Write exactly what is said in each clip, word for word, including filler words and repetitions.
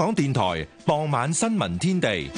港電台傍晚新聞天地。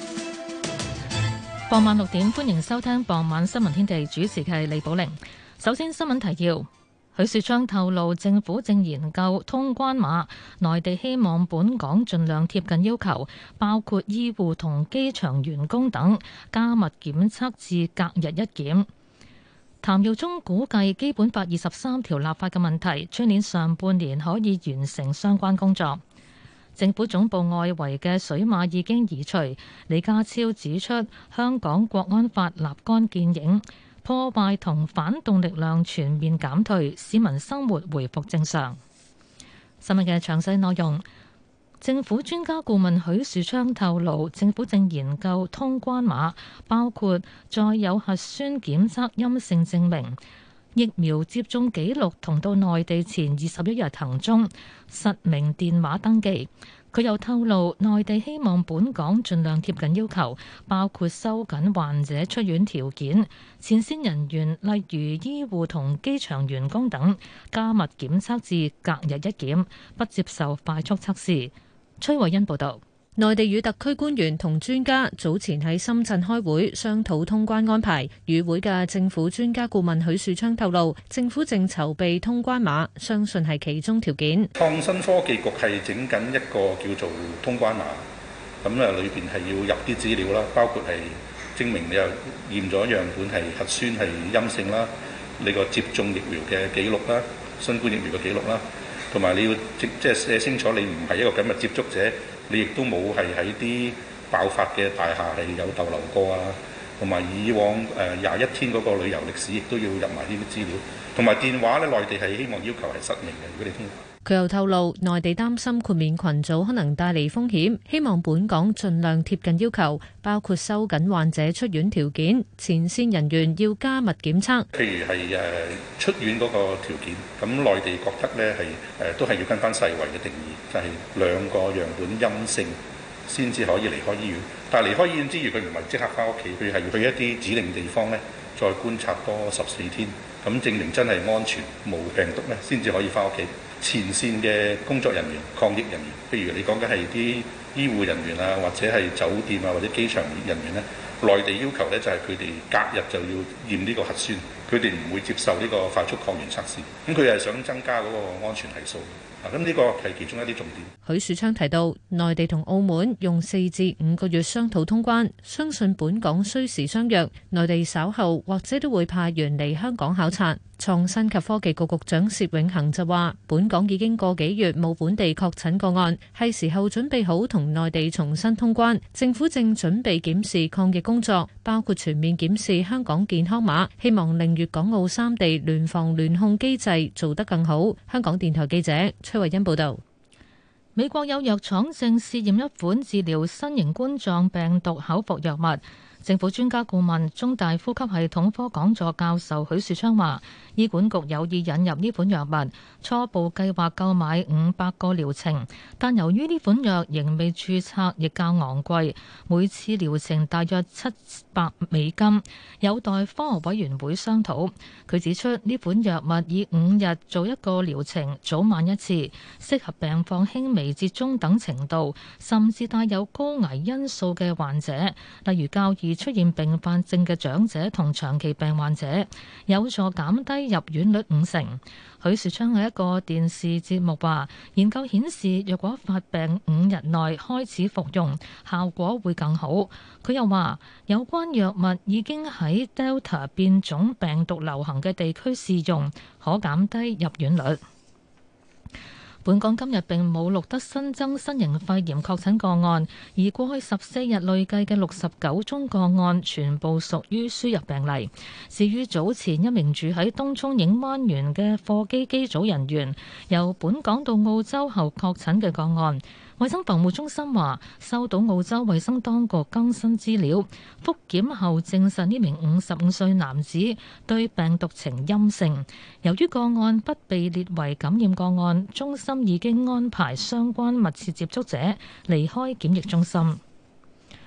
傍晚六點，歡迎收聽傍晚新聞天地，主持嘅係李寶玲。首先新聞提要：許樹昌透露，政府正研究通關碼，內地希望本港盡量貼近要求，包括醫護同機場員工等加密檢測至隔日一檢。譚耀宗估計基本法二十三條立法嘅問題，出年上半年可以完成相關工作。政府總部外圍嘅水馬已經移除。李家超指出，香港國安法立竿見影，破壞同反動力量全面減退，市民生活回復正常。新聞嘅詳細內容，政府專家顧問許樹昌透露，政府正研究通關碼，包括再有核酸檢測陰性證明、疫苗接種記錄同到內地前二十一日行蹤、實名電話登記。佢又透露，內地希望本港盡量貼近要求，包括收緊患者出院條件，前線人員例如醫護同機場員工等加密檢測至隔日一檢，不接受快速測試。崔慧欣報導。 內地與特區官員同專家早前喺深圳開會商討通關安排。與會嘅政府專家顧問許樹昌透露，政府正籌備通關碼，相信係其中條件。 創新科技局係整緊一個叫做通關碼，咁啊裏邊係要入啲資料啦，包括係證明你又驗咗樣本係核酸係陰性啦，你個接種疫苗嘅記錄啦，新冠疫苗嘅記錄啦，同埋你要即即係寫清楚你唔係一個緊密接觸者。你亦都冇係喺啲爆發嘅大廈係有逗留過啊，同埋以往誒廿一天嗰個旅遊歷史亦都要入埋呢啲資料，同埋電話咧，內地係希望要求係實名嘅。如果你通， 佢又透露，內地擔心豁免群組可能帶嚟風險，希望本港盡量貼近要求，包括收緊患者出院條件，前線人員要加密檢測。 譬如係誒出院嗰個條件，咁內地覺得咧係誒都係要跟翻世衛嘅定義，就係兩個樣本陰性先至可以離開醫院。但係離開醫院之餘，佢唔係即刻翻屋企，佢係要去一啲指定地方咧，再觀察多十四天，咁證明真係安全冇病毒咧，先至可以翻屋企。前線嘅工作人員、抗疫人員，譬如你講緊係啲醫護人員啊，或者係酒店啊，或者機場人員咧，內地要求咧就係佢哋隔日就要驗呢個核酸，佢哋唔會接受呢個快速抗原測試。咁佢係想增加嗰個安全係數。啊，咁呢個係其中一啲重點。 許樹昌提到，內地同澳門用四至五個月商討通關，相信本港需時相約，內地稍後或者都會派員嚟香港考察。創新及科技局局長薛永恒就話，本港已經個幾月冇本地確診個案，係時候準備好同內地重新通關。政府正準備檢視抗疫工作，包括全面檢視香港健康碼，希望令粵港澳三地聯防聯控機制做得更好。香港電台記者崔慧欣報道。 美國有藥廠正試驗一款治療新型冠狀病毒口服藥物。政府專家顧問、中大呼吸系統科講座教授許樹昌話，醫管局有意引入呢款藥物，初步計劃購買五百個療程，但由於呢款藥仍未註冊，亦較昂貴，每次療程大約七百美金，有待科學委員會商討。佢指出，呢款藥物以五日做一個療程，早晚一次，適合病況輕微至中等程度，甚至帶有高危因素嘅患者，例如較易出現併發症嘅長者同長期病患者，有助減低入院率五成。許樹昌喺一個電視節目話，研究顯示若果發病五日內開始服用，效果會更好。佢又話，有關藥物已經喺 Delta 變種病毒流行嘅地區試用，可減低入院率。本港今日並冇錄得新增新型肺炎確診個案，而過去十四日累計嘅六十九宗個案全部屬於輸入病例。至於早前一名住喺東涌影灣園嘅貨機機組人員由本港到澳洲後確診嘅個案，衛生防護中心話收到澳洲衛生當局更新資料，復檢後證實呢名五十五歲男子對病毒呈陰性。由於個案不被列為感染個案，中心已經安排相關密切接觸者離開檢疫中心。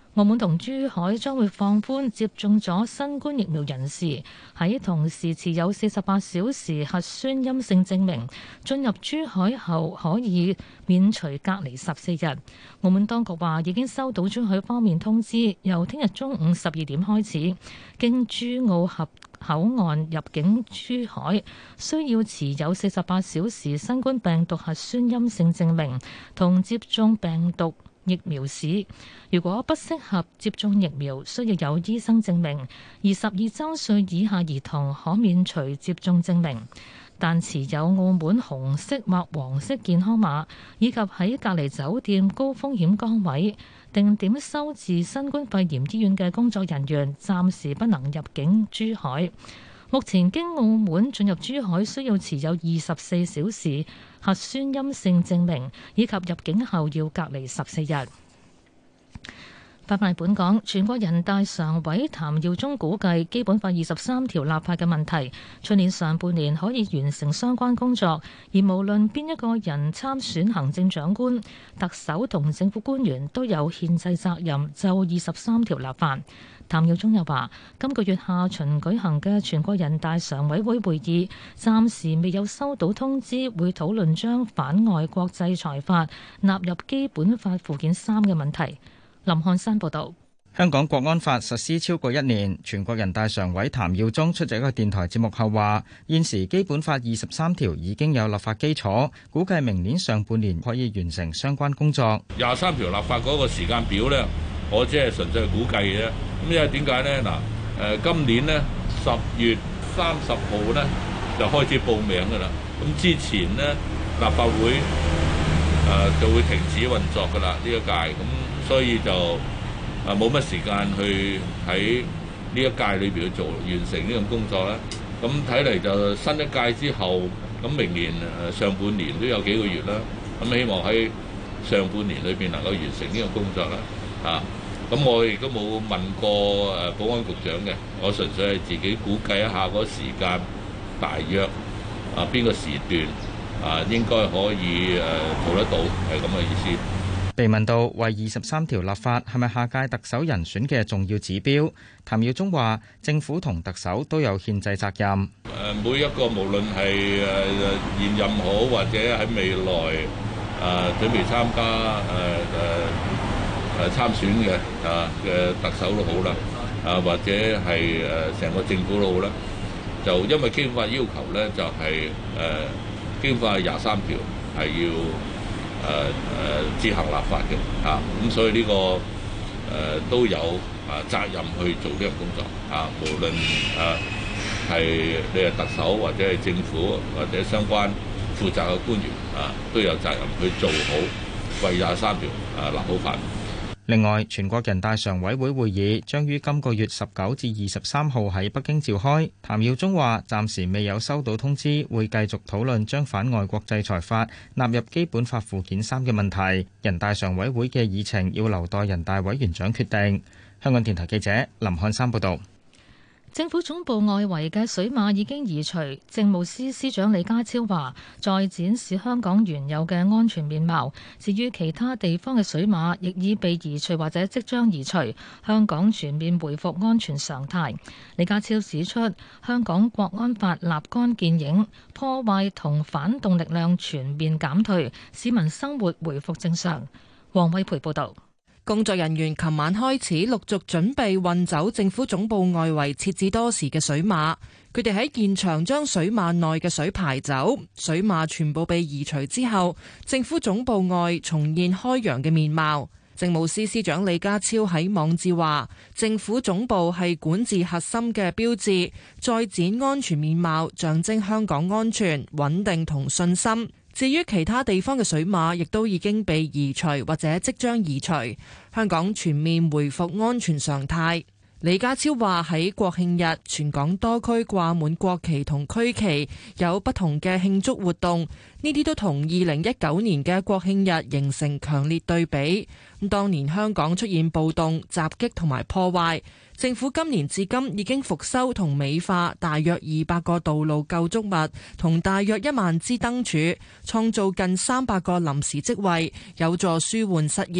澳門同珠海將會放寬接種咗新冠疫苗人士喺同時持有四十八小時核酸陰性證明進入珠海後可以免除隔離十四日。澳門當局話已經收到珠海方面通知，由聽日中午十二點開始，經珠澳合口岸入境珠海需要持有四十八小時新冠病毒核酸陰性證明同接種病毒疫苗史，如果不適合接種疫苗，需要有醫生證明；而十二周歲以下兒童可免除接種證明，但持有澳門紅色或黃色健康碼，以及喺隔離酒店高風險崗位定點收治新冠肺炎醫院嘅工作人員，暫時不能入境珠海。目前經澳門進入珠海需要持有二十四小時核酸陰性證明，以及入境後要隔離十四日。翻返嚟本港，全國人大常委譚耀宗估計，基本法二十三條立法嘅問題，去年上半年可以完成相關工作，而無論邊一個人參選行政長官，特首同政府官員都有憲制責任就二十三條立法。譚耀宗又話，今個月下旬舉行嘅全國人大常委會會議，暫時未有收到通知，會討論將反外國制裁法納入基本法附件三嘅問題。林漢山報道。 香港國安法實施超過一年，全國人大常委譚耀宗出席一個電台節目後話，現時基本法二十三條已經有立法基礎，估計明年上半年可以完成相關工作。 廿三條立法嗰個時間表呢，我只係純粹係估計嘅啫。咁因為點解呢？嗱，誒今年呢十月三十號呢就開始報名㗎啦。咁之前呢立法會誒就會停止運作㗎啦，呢一屆咁，所以就啊冇乜時間去喺呢一屆裏邊去做完成呢個工作啦。咁睇嚟就新一屆之後，咁明年誒上半年都有幾個月啦。咁希望喺上半年裏邊能夠完成呢個工作啦。啊！咁我亦都冇問過誒保安局長嘅，我純粹係自己估計一下嗰時間大約啊邊個時段啊應該可以誒做得到，係咁嘅意思。 被問到為二十三條立法係咪下屆特首人選嘅重要指標，譚耀宗話政府同特首都有憲制責任。 誒每一個無論係誒現任好或者喺未來誒準備參加誒誒。誒參選嘅啊嘅特首都好啦，啊或者係誒成個政府都好啦，就因為基本法要求咧，就係誒基本法廿三條係要誒誒自行立法嘅啊，咁所以呢個誒都有啊責任去做呢個工作啊，無論啊係你係特首或者係政府或者相關負責嘅官員啊，都有責任去做好為廿三條啊立好法。 另外，全國人大常委會會議將於今個月十九至二十三號喺北京召開。譚耀宗話：暫時未有收到通知，會繼續討論將反外國制裁法納入基本法附件三嘅問題。人大常委會嘅議程要留待人大委員長決定。香港電台記者林漢山報導。 政府總部外圍嘅水馬已經移除，政務司司長李家超話：再展示香港原有嘅安全面貌。至於其他地方嘅水馬，亦已被移除或者即將移除，香港全面回復安全常態。李家超指出，香港國安法立竿見影，破壞同反動力量全面減退，市民生活回復正常。黃偉培報導。 工作人員琴晚開始陸續準備運走政府總部外圍設置多時嘅水馬，佢哋喺現場將水馬內嘅水排走，水馬全部被移除之後，政府總部外重現開揚嘅面貌。政務司司長李家超喺網誌話：政府總部係管治核心嘅標誌，再展安全面貌，象徵香港安全、穩定同信心。至於其他地方嘅水馬，亦都已經被移除或者即將移除，香港全面回復安全常態。李家超話喺國慶日，全港多區掛滿國旗同區旗，有不同嘅慶祝活動，呢啲都同二零一九年嘅國慶日形成強烈對比。咁當年香港出現暴動、襲擊同埋破壞，政府今年至今已經復修同美化大約二百個道路構築物，同大約一萬支燈柱，創造近三百個臨時職位，有助舒緩失業。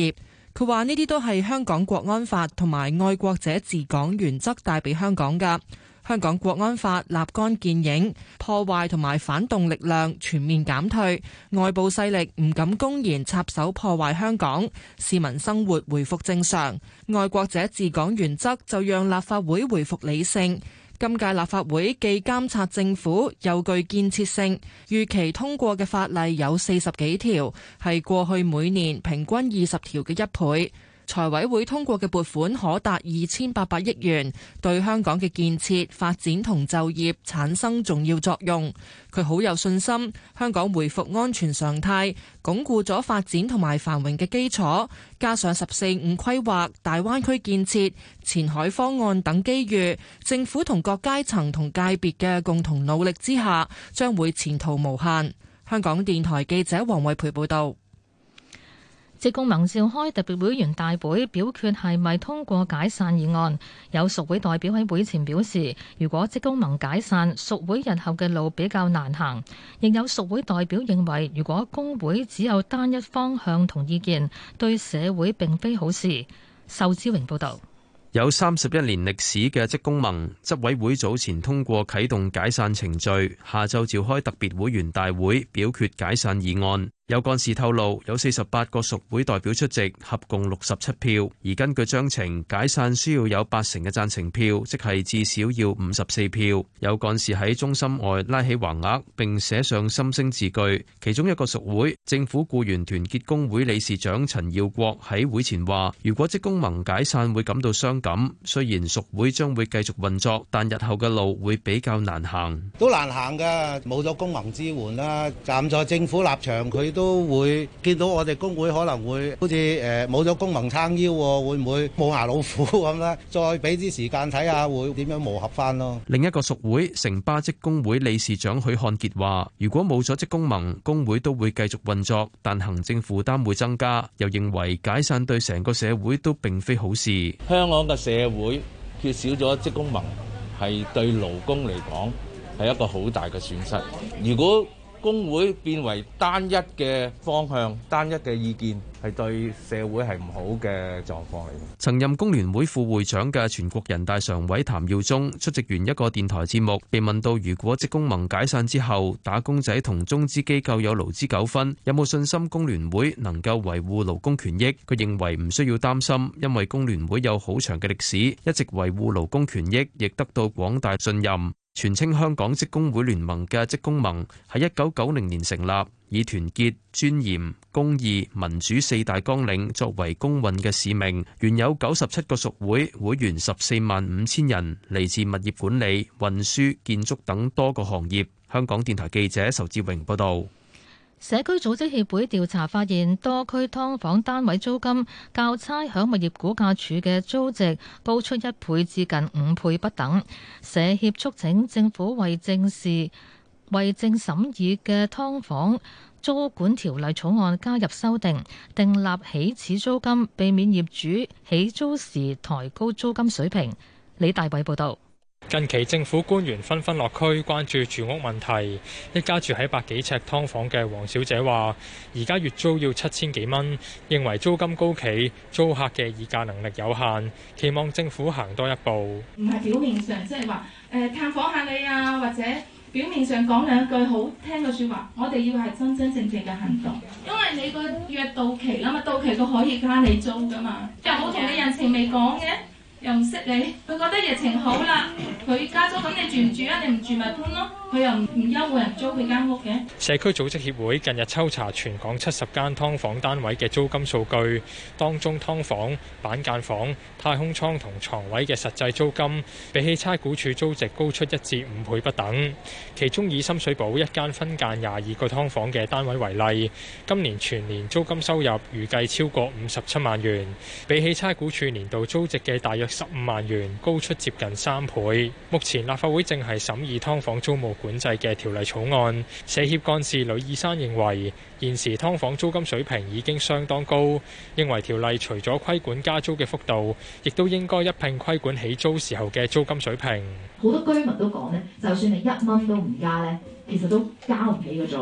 佢話呢啲都係香港國安法同埋愛國者治港原則帶俾香港㗎。香港國安法立竿見影，破壞同埋反動力量全面減退，外部勢力唔敢公然插手破壞香港，市民生活回復正常。愛國者治港原則就讓立法會回復理性。今屆立法會既監察政府，又具建設性，預期通過嘅法例有四十幾條，係過去每年平均二十條嘅一倍。財委會通過嘅撥款可達二千八百億元，對香港嘅建設、發展同就業產生重要作用。佢好有信心，香港回復安全常態，鞏固咗發展同埋繁榮嘅基礎，加上十四五規劃、大灣區建設、前海方案等機遇，政府同各階層同界別嘅共同努力之下，將會前途無限。香港電台記者黃惠培報道。 職工盟召開特別會員大會，表決係咪通過解散議案。有屬會代表喺會前表示，如果職工盟解散，屬會日後嘅路比較難行。亦有屬會代表認為，如果工會只有單一方向同意見，對社會並非好事。仇志榮報導。 有三十一年歷史嘅職工盟執委會早前通過啟動解散程序，下晝召開特別會員大會，表決解散議案。有幹事透露，有四十八個屬會代表出席，合共六十七票。而根據章程，解散需要有八成嘅贊成票，即係至少要五十四票。有幹事喺中心外拉起橫額，並寫上心聲字句。其中一個屬會政府僱員團結工會理事長陳耀國喺會前話，如果職工盟解散會感到傷感。雖然屬會將會繼續運作，但日後嘅路會比較難行。 都難行㗎，冇咗工盟支援啦。站在政府立場，佢都都會見到我哋工會可能會好似誒冇咗工盟撐腰，會唔會冇牙老虎咁咧？再俾啲時間睇下會點樣磨合翻咯。 另一個屬會城巴職工會理事長許漢傑話，如果冇咗職工盟，工會都會繼續運作，但行政負擔會增加。又認為解散對成個社會都並非好事。 香港嘅社會缺少咗職工盟，係對勞工嚟講係一個好大嘅損失。如果工會變為單一嘅方向、單一嘅意見，係對社會係唔好嘅狀況嚟嘅。 曾任工聯會副會長嘅全國人大常委譚耀宗出席完一個電台節目，被問到如果職工盟解散之後，打工仔同中資機構有勞資糾紛，有冇信心工聯會能夠維護勞工權益？佢認為唔需要擔心，因為工聯會有好長嘅歷史，一直維護勞工權益，亦得到廣大信任。全稱香港職工會聯盟嘅職工盟喺一九九零年成立，以團結、尊嚴、公義、民主四大綱領作為工運嘅使命。原有九十七個屬會，會員十四萬五千人，嚟自物業管理、運輸、建築等多個行業。香港電台記者仇志榮報道。 社區組織協會調查發現，多區劏房單位租金較差餉物業估價署嘅租值高出一倍至近五倍不等。社協促請政府為正視為正審議嘅劏房租管條例草案加入修訂，訂立起始租金，避免業主起租時抬高租金水平。李大偉報導。 近期政府官員紛紛落區關注住屋問題，一家住喺百幾尺劏房嘅黃小姐話，而家月租要七千幾蚊，認為租金高企，租客嘅議價能力有限，期望政府行多一步。 唔係表面上即係話誒探訪下你啊，或者表面上講兩句好聽嘅説話，我哋要係真真正正嘅行動。因為你個約到期啦嘛，到期佢可以加你租噶嘛，又冇同你人情未講嘅。又唔識你，佢覺得疫情好啦，佢加租，咁你住唔住啊？你唔住咪搬咯。佢又唔唔憂冇人租佢間屋嘅。 社區組織協會近日抽查全港七十間劏房單位嘅租金數據，當中劏房、板間房、太空艙同床位嘅實際租金，比起差估署租值高出一至五倍不等。其中以深水埗一間分間廿二個劏房嘅單位為例，今年全年租金收入預計超過五十七萬元，比起差估署年度租值嘅大約十五萬元高出接近三倍。目前立法會正係審議劏房租務管制嘅條例草案。社協幹事呂以山認為，現時劏房租金水平已經相當高，認為條例除咗規管加租嘅幅度，亦都應該一併規管起租時候嘅租金水平。 好多居民都講呢，就算你一蚊都唔加呢，其實都交唔起個租。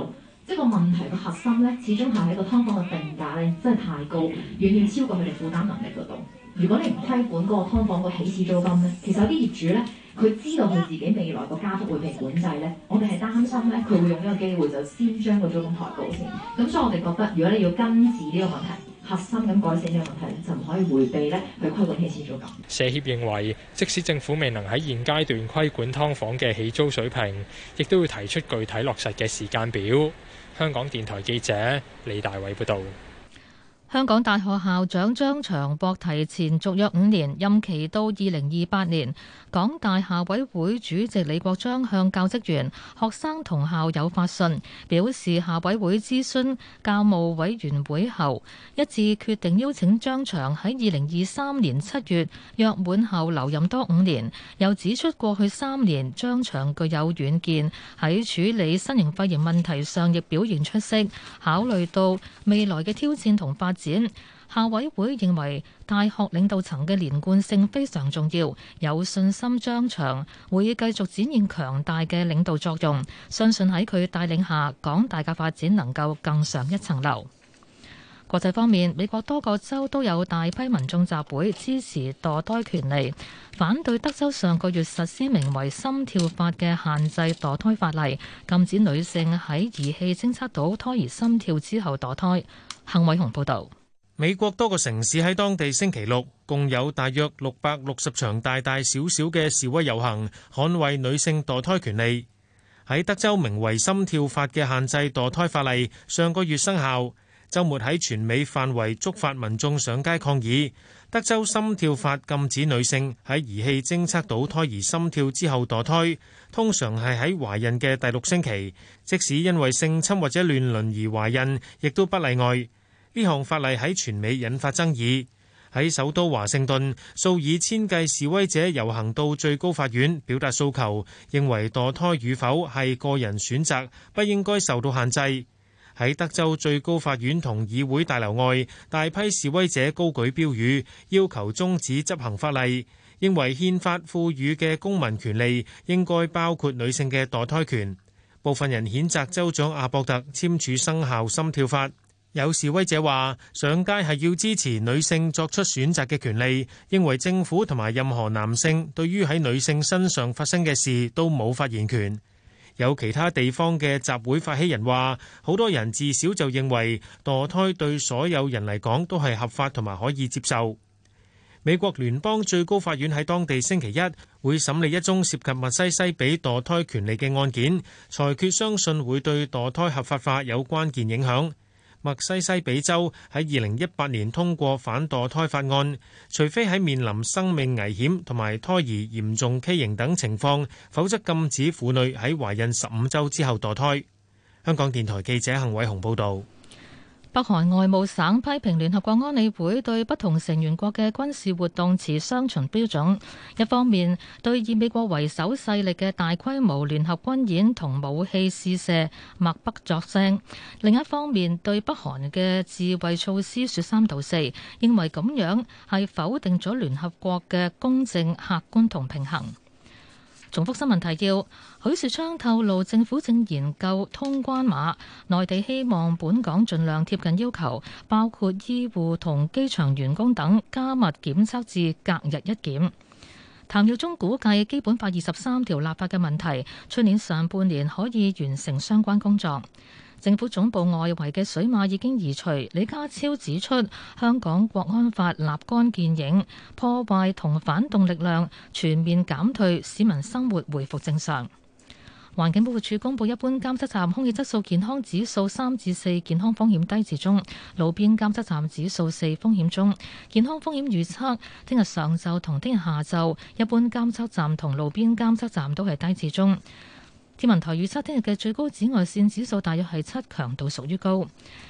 即係個問題個核心咧，始終係喺個劏房嘅定價咧，真係太高，遠遠超過佢哋負擔能力嗰度。如果你唔規管嗰個劏房個起始租金咧，其實有啲業主咧，佢知道佢自己未來個加幅會被管制咧，我哋係擔心咧，佢會用呢個機會就先將個租金抬高先。咁所以我哋覺得，如果你要根治呢個問題，核心咁改善呢個問題，就唔可以迴避咧去規管起始租金。 社協認為，即使政府未能喺現階段規管劏房嘅起租水平，亦都會提出具體落實嘅時間表。香港電台記者李大偉報導。 香港大學校長張翔獲提前續約五年，任期到二零二八年。港大校委會主席李國章向教職員、學生同校友發信，表示校委會諮詢教務委員會後，一致決定邀請張翔喺二零二三年七月約滿後留任多五年。又指出過去三年張翔具有遠見，喺處理新型肺炎問題上亦表現出色。考慮到未來嘅挑戰同發展，校委會認為大學領導層嘅連貫性非常重要，有信心張翔會繼續展現強大嘅領導作用，相信喺佢帶領下，港大嘅發展能夠更上一層樓。國際方面，美國多個州都有大批民眾集會支持墮胎權利，反對德州上個月實施名為心跳法嘅限制墮胎法例，禁止女性喺儀器偵測到胎兒心跳之後墮胎。幸偉雄報導。 美國多個城市喺當地星期六共有大約六百六十場大大小小嘅示威遊行，捍衛女性墮胎權利。喺德州名為心跳法嘅限制墮胎法例上個月生效，週末喺全美範圍觸發民眾上街抗議。德州心跳法禁止女性喺儀器偵測到胎兒心跳之後墮胎，通常係喺懷孕嘅第六星期，即使因為性侵或者亂倫而懷孕，亦都不例外。呢項法例喺全美引發爭議。喺首都華盛頓，數以千計示威者遊行到最高法院表達訴求，認為墮胎與否係個人選擇，不應該受到限制。喺德州最高法院同議會大樓外，大批示威者高舉標語，要求終止執行法例，認為憲法賦予嘅公民權利應該包括女性嘅墮胎權。部分人譴責州長阿博特簽署生效心跳法。有示威者話上街係要支持女性作出選擇嘅權利，認為政府同埋任何男性對於喺女性身上發生嘅事都冇發言權。有其他地方嘅集會發起人話，好多人自小就認為墮胎對所有人嚟講都係合法同埋可以接受。美國聯邦最高法院喺當地星期一會審理一宗涉及密西西比墮胎權利嘅案件，裁決相信會對墮胎合法化有關鍵影響。密西西比州喺二零一八年通過反墮胎法案，除非喺面臨生命危險同埋胎兒嚴重畸形等情況，否則禁止婦女喺懷孕十五週之後墮胎。香港電台記者幸偉雄報導。 北韓外務省批評聯合國安理會對不同成員國嘅軍事活動持雙重標準，一方面對以美國為首勢力嘅大規模聯合軍演同武器試射默不作聲，另一方面對北韓嘅自衛措施說三道四，認為咁樣係否定咗聯合國嘅公正、客觀同平衡。重複新聞提要，許樹昌透露政府正研究通關碼，內地希望本港盡量貼近要求，包括醫護同機場員工等加密檢測至隔日一檢。譚耀宗估計基本法二十三條立法嘅問題，去年上半年可以完成相關工作。政府總部外圍嘅水馬已經移除。李家超指出，香港國安法立竿見影，破壞同反動力量全面減退，市民生活回復正常。環境保護署公布一般監測站空氣質素健康指數三至四，健康風險低至中；路邊監測站指數四，風險中。健康風險預測，聽日上晝同聽日下晝，一般監測站同路邊監測站都係低至中。天文台預測聽日嘅最高紫外線指數大約係七，強度屬於高。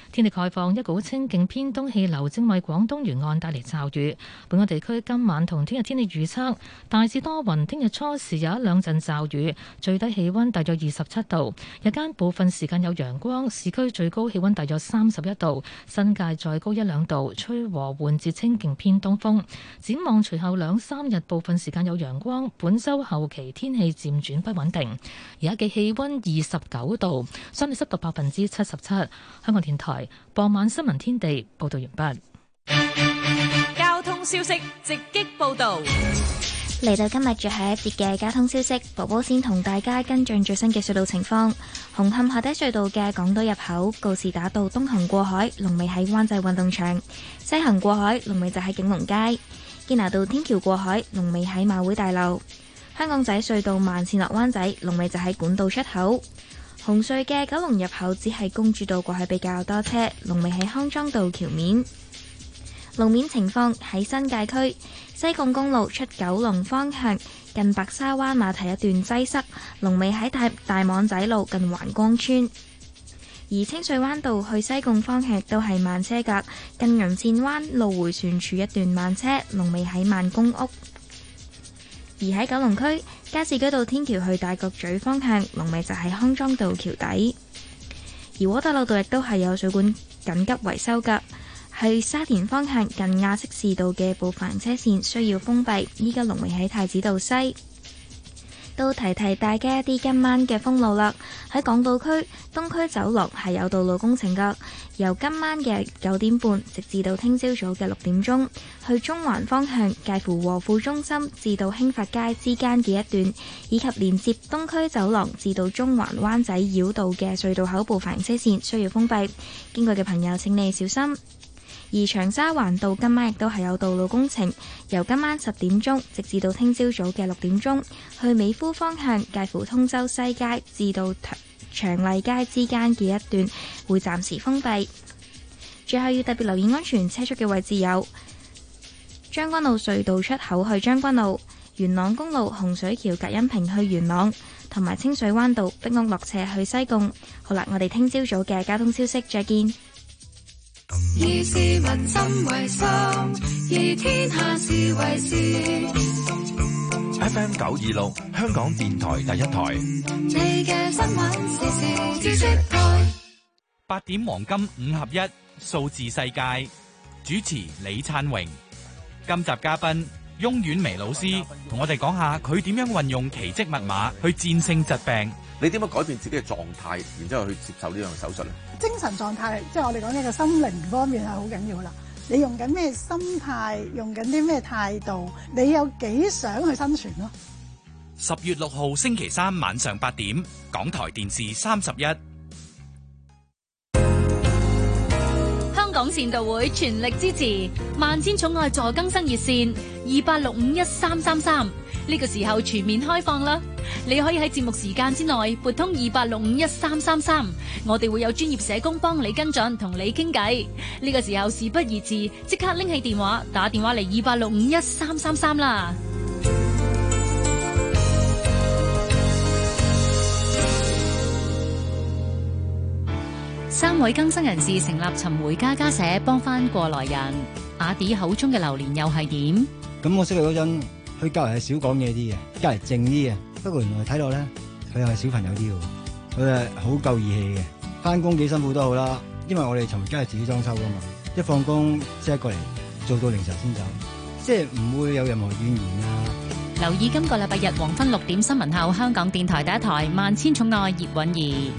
天氣概況，一股清勁偏東氣流正為廣東沿岸帶嚟驟雨。本港地區今晚同聽日天氣預測大致多雲，聽日初時有一兩陣驟雨，最低氣溫大約二十七度，日間部分時間有陽光，市區最高氣溫大約三十一度，新界再高一兩度，吹和緩至清勁偏東風。展望隨後兩三日部分時間有陽光，本週後期天氣漸轉不穩定。而家嘅氣溫二十九度，相對濕度百分之七十七。香港電台傍晚新聞天地報道完畢。 交通消息直擊報道。 嚟到今日最後一節嘅交通消息，寶寶先同大家跟進最新嘅隧道情況。紅磡海底隧道嘅港島入口告士打道東行過海，龍尾喺灣仔運動場；西行過海，龍尾就喺景隆街。堅拿道天橋過海，龍尾喺馬會大樓。香港仔隧道慢線落灣仔，龍尾就喺管道出口。紅隧嘅九龍入口只係公主道過去比較多車，龍尾喺康莊道橋面。路面情況喺新界區西貢公路出九龍方向近白沙灣碼頭一段擠塞，龍尾喺大大網仔路近環光村。而清水灣道去西貢方向亦都係慢車格，近銀線灣路迴旋處一段慢車，龍尾喺萬公屋。而喺九龍區加士居道天橋去大角咀方向，龍尾就喺康莊道橋底。而窩打老道亦都係有水管緊急維修噶，去沙田方向近亞悉士道嘅部分車線需要封閉，依家龍尾喺太子道西。都提提大家一啲今晚嘅封路啦。喺港島區東區走廊係有道路工程噶，由今晚嘅九點半直至到聽朝早嘅六點鐘，去中環方向介乎和富中心至到興發街之間嘅一段，以及連接東區走廊至到中環灣仔繞道嘅隧道口部行車線需要封閉，經過嘅朋友請你小心。而長沙灣道今晚亦都係有道路工程，由今晚十點鐘直至到聽朝早嘅六點鐘，去美孚方向介乎通州西街至到長麗街之間嘅一段會暫時封閉。最後要特別留意安全車速嘅位置有將軍澳隧道出口去將軍澳、元朗公路洪水橋隔音屏去元朗，同埋清水灣道碧屋落斜去西貢。好啦，我哋聽朝早嘅交通消息再見。 以市民心為心，以天下事為事。 F M 九二六，香港電台第一台。 你嘅新聞時事知識台。 八點黃金五合一，數字世界。主持李燦榮。今集嘉賓翁婉薇老師同我哋講下佢點樣運用奇蹟密碼去戰勝疾病。 你點樣改變自己嘅狀態，然之後去接受呢樣手術咧？ 精神狀態，即係我哋講呢個心靈方面係好緊要啦。你用緊咩心態，用緊啲咩態度，你有幾想去生存咯？ 十月六號星期三晚上八點，港台電視三十一。 香港善導會全力支持萬千寵愛助更生熱線二八六五一三三三，呢個時候全面開放啦！你可以喺節目時間之內撥通二八六五一三三三，我哋會有專業社工幫你跟進，同你傾偈。呢個時候事不宜遲，即刻拎起電話打電話嚟二八六五一三三三啦！三位更生人士成立尋回家家社，幫翻過來人。阿迪口中嘅榴蓮又係點？ 咁我識佢嗰陣，佢隔籬係少講嘢啲嘅，隔籬靜啲嘅。不過原來睇落咧，佢又係小朋友啲嘅，佢係好夠義氣嘅。翻工幾辛苦都好啦，因為我哋尋回家係自己裝修噶嘛，一放工即係過嚟做到凌晨先走，即係唔會有任何怨言啊。 留意今個禮拜日黃昏六點新聞後，香港電台第一台《萬千寵愛》葉韻儀。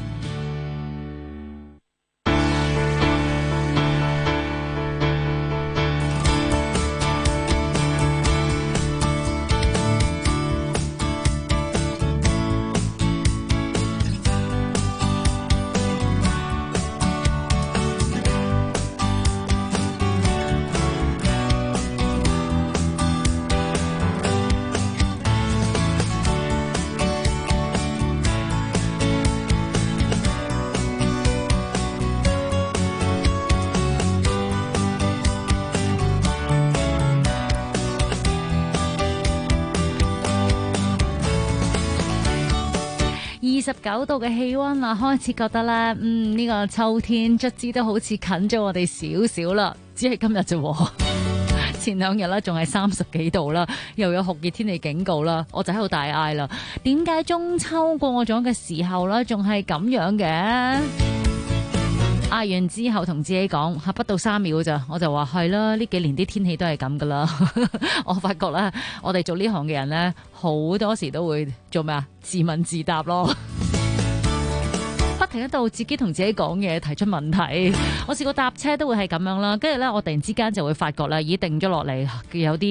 十九度嘅氣溫啊，開始覺得咧，嗯呢、這個秋天卒之都好似近咗我哋少少啦，只係今日啫。前兩日咧仲係三十幾度啦，又有酷熱天氣警告啦，我就喺度大嗌啦，點解中秋過咗嘅時候咧仲係咁樣嘅？嗌完之後同自己講，吓不到三秒咋，我就話係啦，呢幾年啲天氣都係咁噶啦。我發覺咧，我哋做呢行嘅人咧，好多時都會做咩啊？自問自答咯。不停喺度自己同自己講嘢，提出問題。我試過搭車都會係咁樣啦，跟住咧我突然之間就會發覺啦，已經定咗落嚟，有啲